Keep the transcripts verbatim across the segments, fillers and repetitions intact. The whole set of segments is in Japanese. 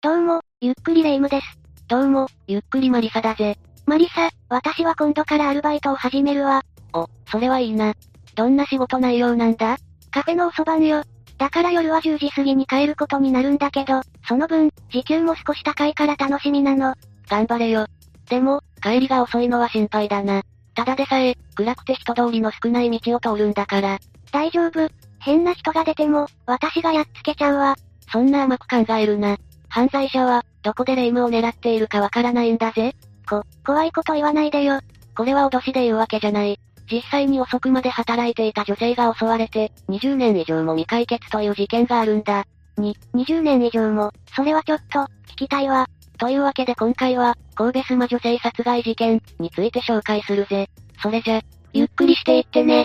どうも、ゆっくりレ夢ムです。 どうも、ゆっくりマリサだぜ。 マリサ、私は今度からアルバイトを始めるわ。 お、それはいいな。どんな仕事内容なんだ？ カフェのおそばんよ。だから夜はじゅうじ過ぎに帰ることになるんだけど、その分、時給も少し高いから楽しみなの。 頑張れよ。でも、帰りが遅いのは心配だな。ただでさえ、暗くて人通りの少ない道を通るんだから。 大丈夫。変な人が出ても、私がやっつけちゃうわ。 そんな甘く考えるな。犯罪者は、どこでレ夢ムを狙っているかわからないんだぜ。 こ、怖いこと言わないでよ。 これは脅しで言うわけじゃない。実際に遅くまで働いていた女性が襲われて、にじゅうねん以上も未解決という事件があるんだ。 に、にじゅうねん以上も、それはちょっと、聞きたいわ。 というわけで今回は、神戸スマ女性殺害事件について紹介するぜ。それじゃ、 ゆっくりしていってね。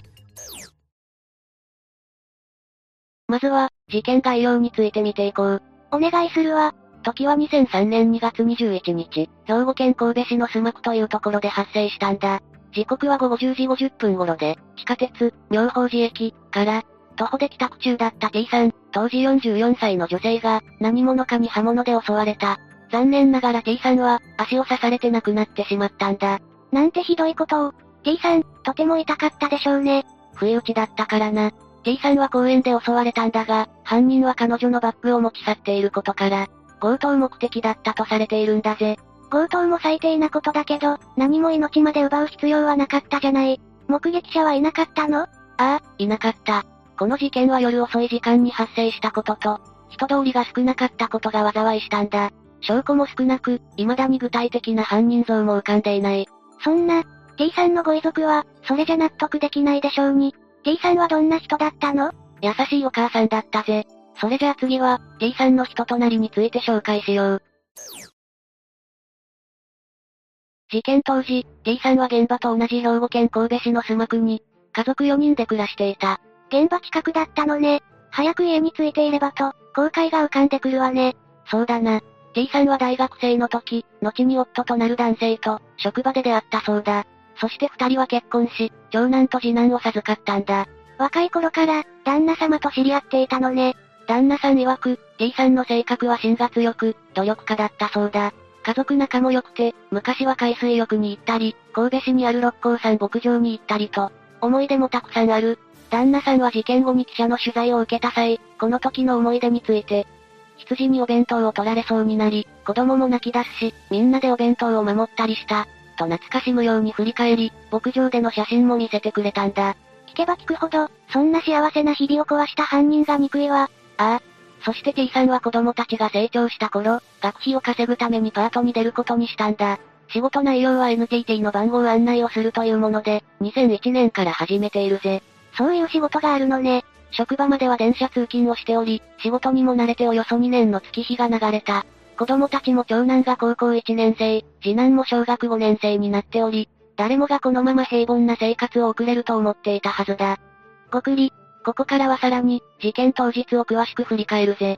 まずは、事件概要について見ていこう。 お願いするわ。 時はにせんさんねんにがつにじゅういちにち、兵庫県神戸市の須磨区というところで発生したんだ。時刻はごごじゅうじごじゅっぷん頃で、地下鉄、妙法寺駅から、徒歩で帰宅中だった T さん、当時よんじゅうよんさいの女性が、何者かに刃物で襲われた。残念ながら T さんは、足を刺されて亡くなってしまったんだ。 なんてひどいことを。T さん、とても痛かったでしょうね。 不意打ちだったからな。T さんは公園で襲われたんだが、犯人は彼女のバッグを持ち去っていることから、強盗目的だったとされているんだぜ。 強盗も最低なことだけど、何も命まで奪う必要はなかったじゃない。目撃者はいなかったの？ああ、いなかった。この事件は夜遅い時間に発生したことと、人通りが少なかったことが災いしたんだ。証拠も少なく、未だに具体的な犯人像も浮かんでいない。 そんな、T さんのご遺族は、それじゃ納得できないでしょうに。T さんはどんな人だったの？ 優しいお母さんだったぜ。それじゃあ次は、T さんの人となりについて紹介しよう。事件当時、T さんは現場と同じ兵庫県神戸市の須磨区に、家族よにんで暮らしていた。 現場近くだったのね。早く家に着いていればと、後悔が浮かんでくるわね。 そうだな。T さんは大学生の時、後に夫となる男性と、職場で出会ったそうだ。そして二人は結婚し、長男と次男を授かったんだ。 若い頃から、旦那様と知り合っていたのね。 旦那さん曰く、T さんの性格は芯が強く、努力家だったそうだ。家族仲も良くて、昔は海水浴に行ったり、神戸市にある六甲山牧場に行ったりと、思い出もたくさんある。旦那さんは事件後に記者の取材を受けた際、この時の思い出について、羊にお弁当を取られそうになり、子供も泣き出すし、みんなでお弁当を守ったりした、と懐かしむように振り返り、牧場での写真も見せてくれたんだ。 聞けば聞くほど、そんな幸せな日々を壊した犯人が憎いわ。 ああ。そして T さんは子供たちが成長した頃、学費を稼ぐためにパートに出ることにしたんだ。仕事内容は エヌティーティー の番号案内をするというもので、にせんいちねんから始めているぜ。 そういう仕事があるのね。 職場までは電車通勤をしており、仕事にも慣れておよそにねんの月日が流れた。子供たちも長男が高校いちねんせい、次男も小学ごねんせいになっており、誰もがこのまま平凡な生活を送れると思っていたはずだ。ごくり。ここからはさらに、事件当日を詳しく振り返るぜ。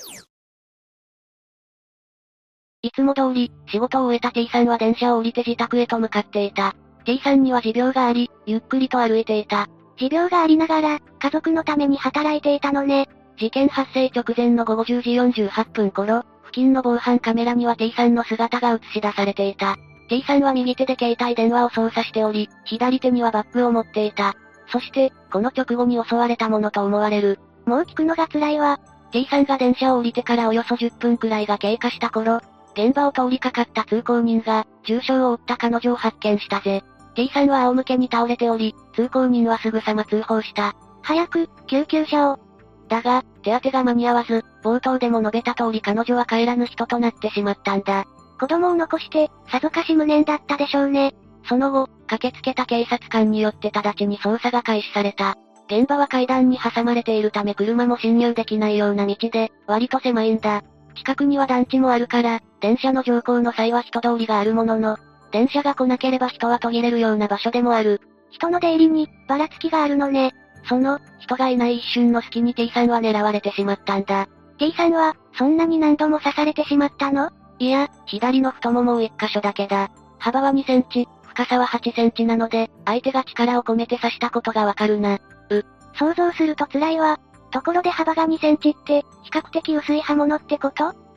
いつも通り、仕事を終えた T さんは電車を降りて自宅へと向かっていた。T さんには持病があり、ゆっくりと歩いていた。 持病がありながら、家族のために働いていたのね。 事件発生直前のごごじゅうじよんじゅうはっぷん頃、付近の防犯カメラには T さんの姿が映し出されていた。T さんは右手で携帯電話を操作しており、左手にはバッグを持っていた。そして、この直後に襲われたものと思われる。 もう聞くのが辛いわ。 T さんが電車を降りてからおよそじゅっぷんくらいが経過した頃、現場を通りかかった通行人が、重傷を負った彼女を発見したぜ。T さんは仰向けに倒れており、通行人はすぐさま通報した。 早く、救急車を。 だが、手当てが間に合わず、冒頭でも述べた通り彼女は帰らぬ人となってしまったんだ。 子供を残して、さぞかし無念だったでしょうね。 その後、駆けつけた警察官によって直ちに捜査が開始された。現場は階段に挟まれているため車も進入できないような道で、割と狭いんだ。近くには団地もあるから、電車の乗降の際は人通りがあるものの、電車が来なければ人は途切れるような場所でもある。 人の出入りに、ばらつきがあるのね。 その、人がいない一瞬の隙に T さんは狙われてしまったんだ。 T さんは、そんなに何度も刺されてしまったの？ いや、左の太ももを一箇所だけだ。幅はにセンチ、深さははちセンチなので、相手が力を込めて刺したことがわかるな。う。 想像すると辛いわ。ところで幅がにセンチって、比較的薄い刃物ってこと？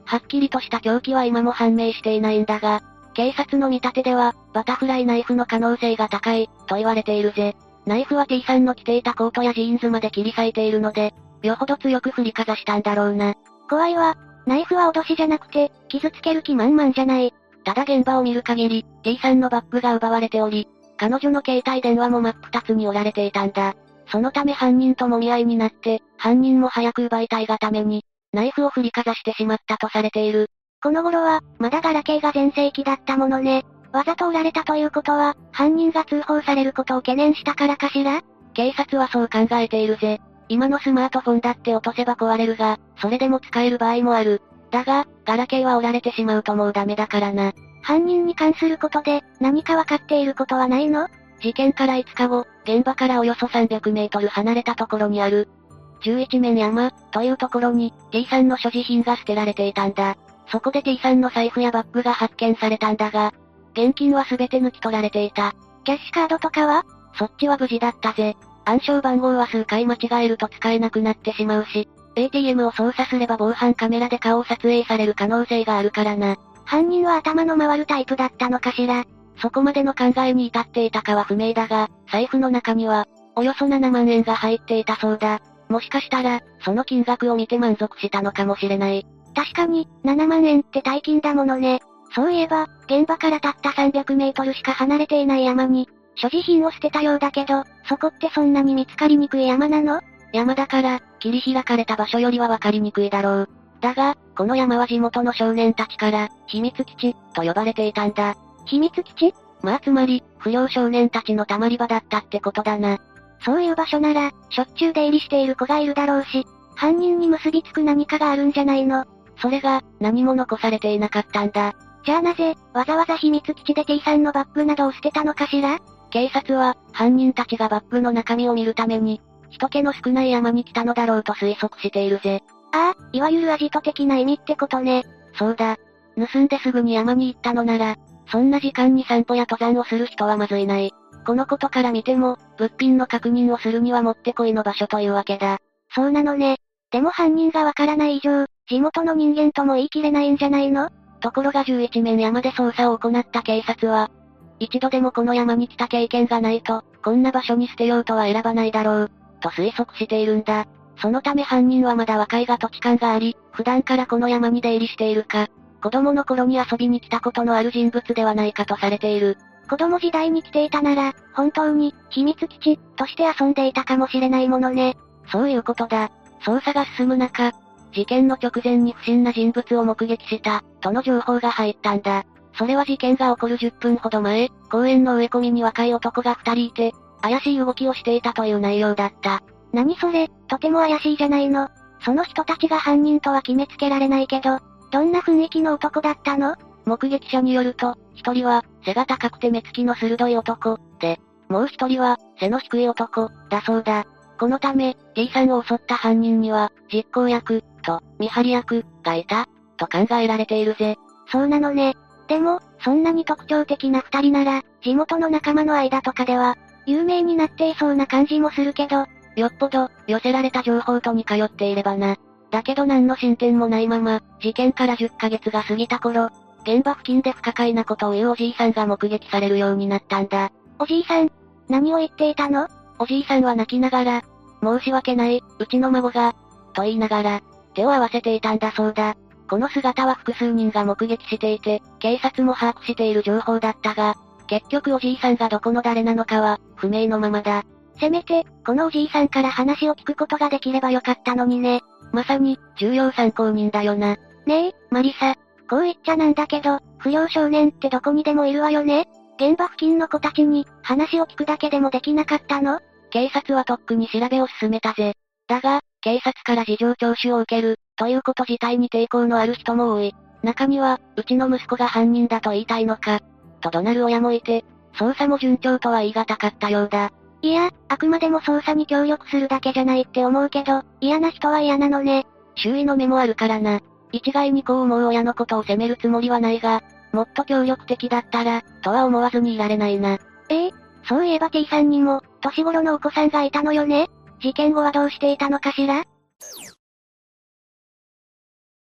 はっきりとした凶器は今も判明していないんだが、警察の見立てでは、バタフライナイフの可能性が高い、と言われているぜ。ナイフは T さんの着ていたコートやジーンズまで切り裂いているので、よほど強く振りかざしたんだろうな。 怖いわ。ナイフは脅しじゃなくて、傷つける気満々じゃない。 ただ現場を見る限り、T さんのバッグが奪われており、彼女の携帯電話も真っ二つに折られていたんだ。そのため犯人ともみ合いになって、犯人も早く奪いたいがために、ナイフを振りかざしてしまったとされている。 この頃は、まだガラケーが全盛期だったものね。わざと折られたということは、犯人が通報されることを懸念したからかしら？ 警察はそう考えているぜ。今のスマートフォンだって落とせば壊れるが、それでも使える場合もある。だが、ガラケーは折られてしまうともうダメだからな。 犯人に関することで、何かわかっていることはないの？ 事件からいつかご、現場からおよそさんびゃくメートル離れたところにある、十一面山、というところに、T さんの所持品が捨てられていたんだ。そこで T さんの財布やバッグが発見されたんだが、現金は全て抜き取られていた。 キャッシュカードとかは？ そっちは無事だったぜ。暗証番号は数回間違えると使えなくなってしまうし、エーティーエム を操作すれば防犯カメラで顔を撮影される可能性があるからな。 犯人は頭の回るタイプだったのかしら？ そこまでの考えに至っていたかは不明だが、財布の中には、およそななまんえんが入っていたそうだ。もしかしたら、その金額を見て満足したのかもしれない。 確かに、ななまんえんって大金だものね。そういえば、現場からたったさんびゃくメートルしか離れていない山に、所持品を捨てたようだけど、そこってそんなに見つかりにくい山なの？ 山だから、切り開かれた場所よりはわかりにくいだろう。だが、この山は地元の少年たちから、秘密基地、と呼ばれていたんだ。 秘密基地？ まあつまり、不良少年たちの溜まり場だったってことだな。 そういう場所なら、しょっちゅう出入りしている子がいるだろうし、犯人に結びつく何かがあるんじゃないの？ それが、何も残されていなかったんだ。 じゃあなぜ、わざわざ秘密基地で T さんのバッグなどを捨てたのかしら？ 警察は、犯人たちがバッグの中身を見るために、人気の少ない山に来たのだろうと推測しているぜ。 ああ、いわゆるアジト的な意味ってことね。 そうだ。盗んですぐに山に行ったのなら、そんな時間に散歩や登山をする人はまずいない。このことから見ても、物品の確認をするにはもってこいの場所というわけだ。 そうなのね。でも犯人がわからない以上、地元の人間とも言い切れないんじゃないの？ ところが十一面山で捜査を行った警察は、一度でもこの山に来た経験がないと、こんな場所に捨てようとは選ばないだろう、と推測しているんだ。そのため犯人はまだ若いが土地勘があり、普段からこの山に出入りしているか、子供の頃に遊びに来たことのある人物ではないかとされている。 子供時代に来ていたなら、本当に、秘密基地、として遊んでいたかもしれないものね。 そういうことだ。捜査が進む中、事件の直前に不審な人物を目撃した、との情報が入ったんだ。それは事件が起こるじゅっぷんほど前、公園の植え込みに若い男が二人いて、怪しい動きをしていたという内容だった。 何それ、とても怪しいじゃないの。その人たちが犯人とは決めつけられないけど、どんな雰囲気の男だったの？ 目撃者によると、一人は、背が高くて目つきの鋭い男、で、もう一人は、背の低い男、だそうだ。このため、T さんを襲った犯人には、実行役、と、見張り役、がいた、と考えられているぜ。 そうなのね。でも、そんなに特徴的な二人なら、地元の仲間の間とかでは、有名になっていそうな感じもするけど、 よっぽど、寄せられた情報とに通っていればな。だけど何の進展もないまま、事件からじゅっかげつが過ぎた頃、現場付近で不可解なことを言うおじいさんが目撃されるようになったんだ。 おじいさん、何を言っていたの？ おじいさんは泣きながら、申し訳ない、うちの孫が、と言いながら、手を合わせていたんだそうだ。この姿は複数人が目撃していて、警察も把握している情報だったが、結局おじいさんがどこの誰なのかは、不明のままだ。 せめて、このおじいさんから話を聞くことができればよかったのにね。 まさに、重要参考人だよな。 ねえ、マリサ。こう言っちゃなんだけど、不良少年ってどこにでもいるわよね。現場付近の子たちに、話を聞くだけでもできなかったの？ 警察はとっくに調べを進めたぜ。だが、警察から事情聴取を受ける、ということ自体に抵抗のある人も多い。中には、うちの息子が犯人だと言いたいのか、と怒鳴る親もいて、捜査も順調とは言い難かったようだ。 いや、あくまでも捜査に協力するだけじゃないって思うけど、嫌な人は嫌なのね。 周囲の目もあるからな。一概にこう思う親のことを責めるつもりはないが、もっと協力的だったら、とは思わずにいられないな。 ええ、そういえば T さんにも、年頃のお子さんがいたのよね？事件後はどうしていたのかしら？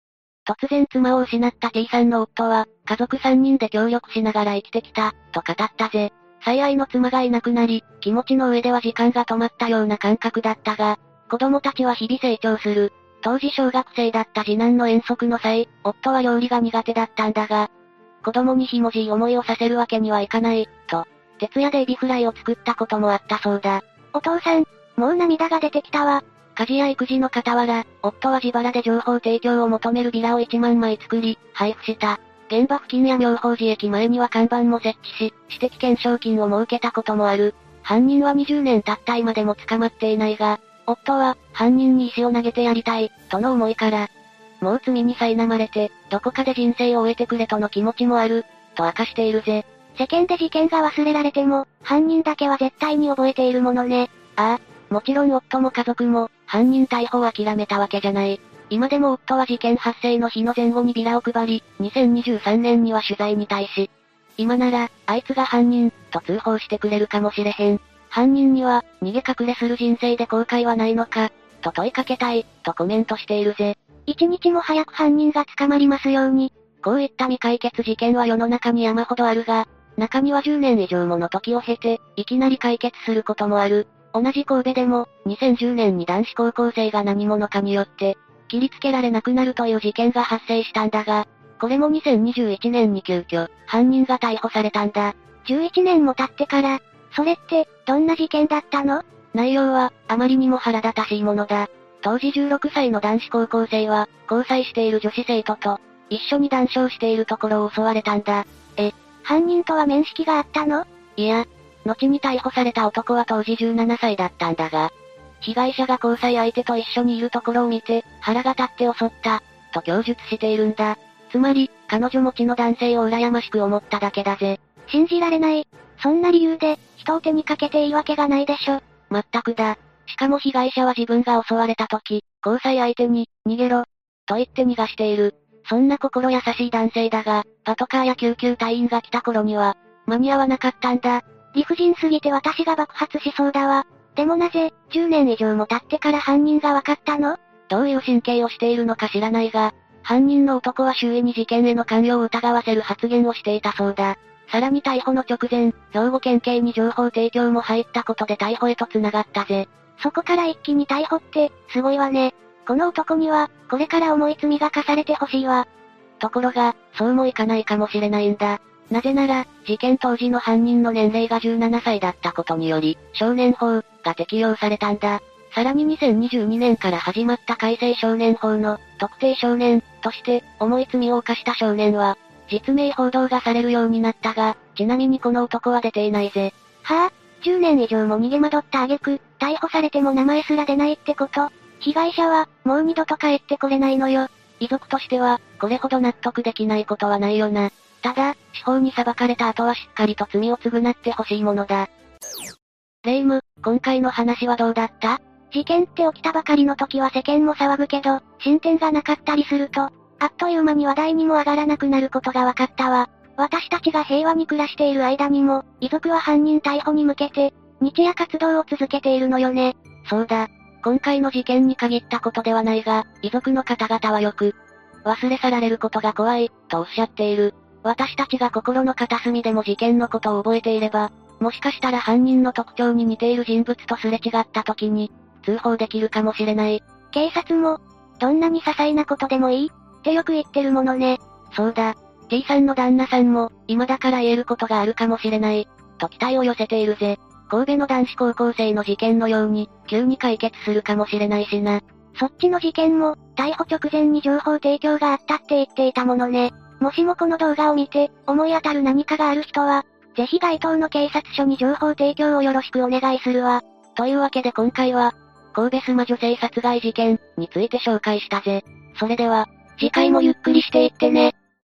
突然妻を失った T さんの夫は、家族さんにんで協力しながら生きてきた、と語ったぜ。最愛の妻がいなくなり、気持ちの上では時間が止まったような感覚だったが、子供たちは日々成長する。当時小学生だった次男の遠足の際、夫は料理が苦手だったんだが、子供にひもじい思いをさせるわけにはいかない、と、徹夜でエビフライを作ったこともあったそうだ。 お父さん、もう涙が出てきたわ。 家事や育児の傍ら、夫は自腹で情報提供を求めるビラをいちまんまい作り、配布した。現場付近や妙法寺駅前には看板も設置し、私的懸賞金を設けたこともある。犯人はにじゅうねん経った今でも捕まっていないが、夫は、犯人に石を投げてやりたい、との思いから、もう罪に苛まれて、どこかで人生を終えてくれとの気持ちもある、と明かしているぜ。 世間で事件が忘れられても、犯人だけは絶対に覚えているものね。 ああ、もちろん夫も家族も、犯人逮捕を諦めたわけじゃない。今でも夫は事件発生の日の前後にビラを配り、にせんにじゅうさんねんには取材に対し、今なら、あいつが犯人、と通報してくれるかもしれへん。犯人には、逃げ隠れする人生で後悔はないのか、と問いかけたい、とコメントしているぜ。 一日も早く犯人が捕まりますように。 こういった未解決事件は世の中に山ほどあるが、中にはじゅうねん以上もの時を経て、いきなり解決することもある。同じ神戸でも、にせんじゅうねんに男子高校生が何者かによって、切りつけられなくなるという事件が発生したんだが、これもにせんにじゅういちねんに急遽、犯人が逮捕されたんだ。 じゅういちねんも経ってから、それって、どんな事件だったの？ 内容は、あまりにも腹立たしいものだ。当時じゅうろくさいの男子高校生は、交際している女子生徒と、一緒に談笑しているところを襲われたんだ。 え、犯人とは面識があったの？ いや、後に逮捕された男は当時じゅうななさいだったんだが、被害者が交際相手と一緒にいるところを見て、腹が立って襲った、と供述しているんだ。つまり、彼女持ちの男性を羨ましく思っただけだぜ。 信じられない。そんな理由で、人を手にかけていいわけがないでしょ。 まったくだ。しかも被害者は自分が襲われた時、交際相手に、逃げろ、と言って逃がしている。そんな心優しい男性だが、パトカーや救急隊員が来た頃には、間に合わなかったんだ。 理不尽すぎて私が爆発しそうだわ。でもなぜ、じゅうねん以上も経ってから犯人が分かったの？ どういう神経をしているのか知らないが、犯人の男は周囲に事件への関与を疑わせる発言をしていたそうだ。さらに逮捕の直前、兵庫県警に情報提供も入ったことで逮捕へと繋がったぜ。 そこから一気に逮捕って、すごいわね。この男には、これから重い罪が課されてほしいわ。 ところが、そうもいかないかもしれないんだ。なぜなら、事件当時の犯人の年齢がじゅうななさいだったことにより、少年法が適用されたんだ。さらににせんにじゅうにねんから始まった改正少年法の、特定少年、として、重い罪を犯した少年は、実名報道がされるようになったが、ちなみにこの男は出ていないぜ。 はぁ、あ、じゅうねん以上も逃げ惑った挙句、逮捕されても名前すら出ないってこと？被害者は、もう二度と帰ってこれないのよ。 遺族としては、これほど納得できないことはないよな。ただ、司法に裁かれた後はしっかりと罪を償ってほしいものだ。レイム、今回の話はどうだった？ 事件って起きたばかりの時は世間も騒ぐけど、進展がなかったりすると、あっという間に話題にも上がらなくなることが分かったわ。私たちが平和に暮らしている間にも、遺族は犯人逮捕に向けて、日夜活動を続けているのよね。 そうだ。今回の事件に限ったことではないが、遺族の方々はよく、忘れ去られることが怖い、とおっしゃっている。私たちが心の片隅でも事件のことを覚えていれば、もしかしたら犯人の特徴に似ている人物とすれ違った時に、通報できるかもしれない。 警察も、どんなに些細なことでもいい、ってよく言ってるものね。 そうだ。T さんの旦那さんも、今だから言えることがあるかもしれない、と期待を寄せているぜ。神戸の男子高校生の事件のように、急に解決するかもしれないしな。 そっちの事件も、逮捕直前に情報提供があったって言っていたものね。もしもこの動画を見て、思い当たる何かがある人は、ぜひ該当の警察署に情報提供をよろしくお願いするわ。 というわけで今回は、神戸スマ女性殺害事件について紹介したぜ。それでは、次回もゆっくりしていってね。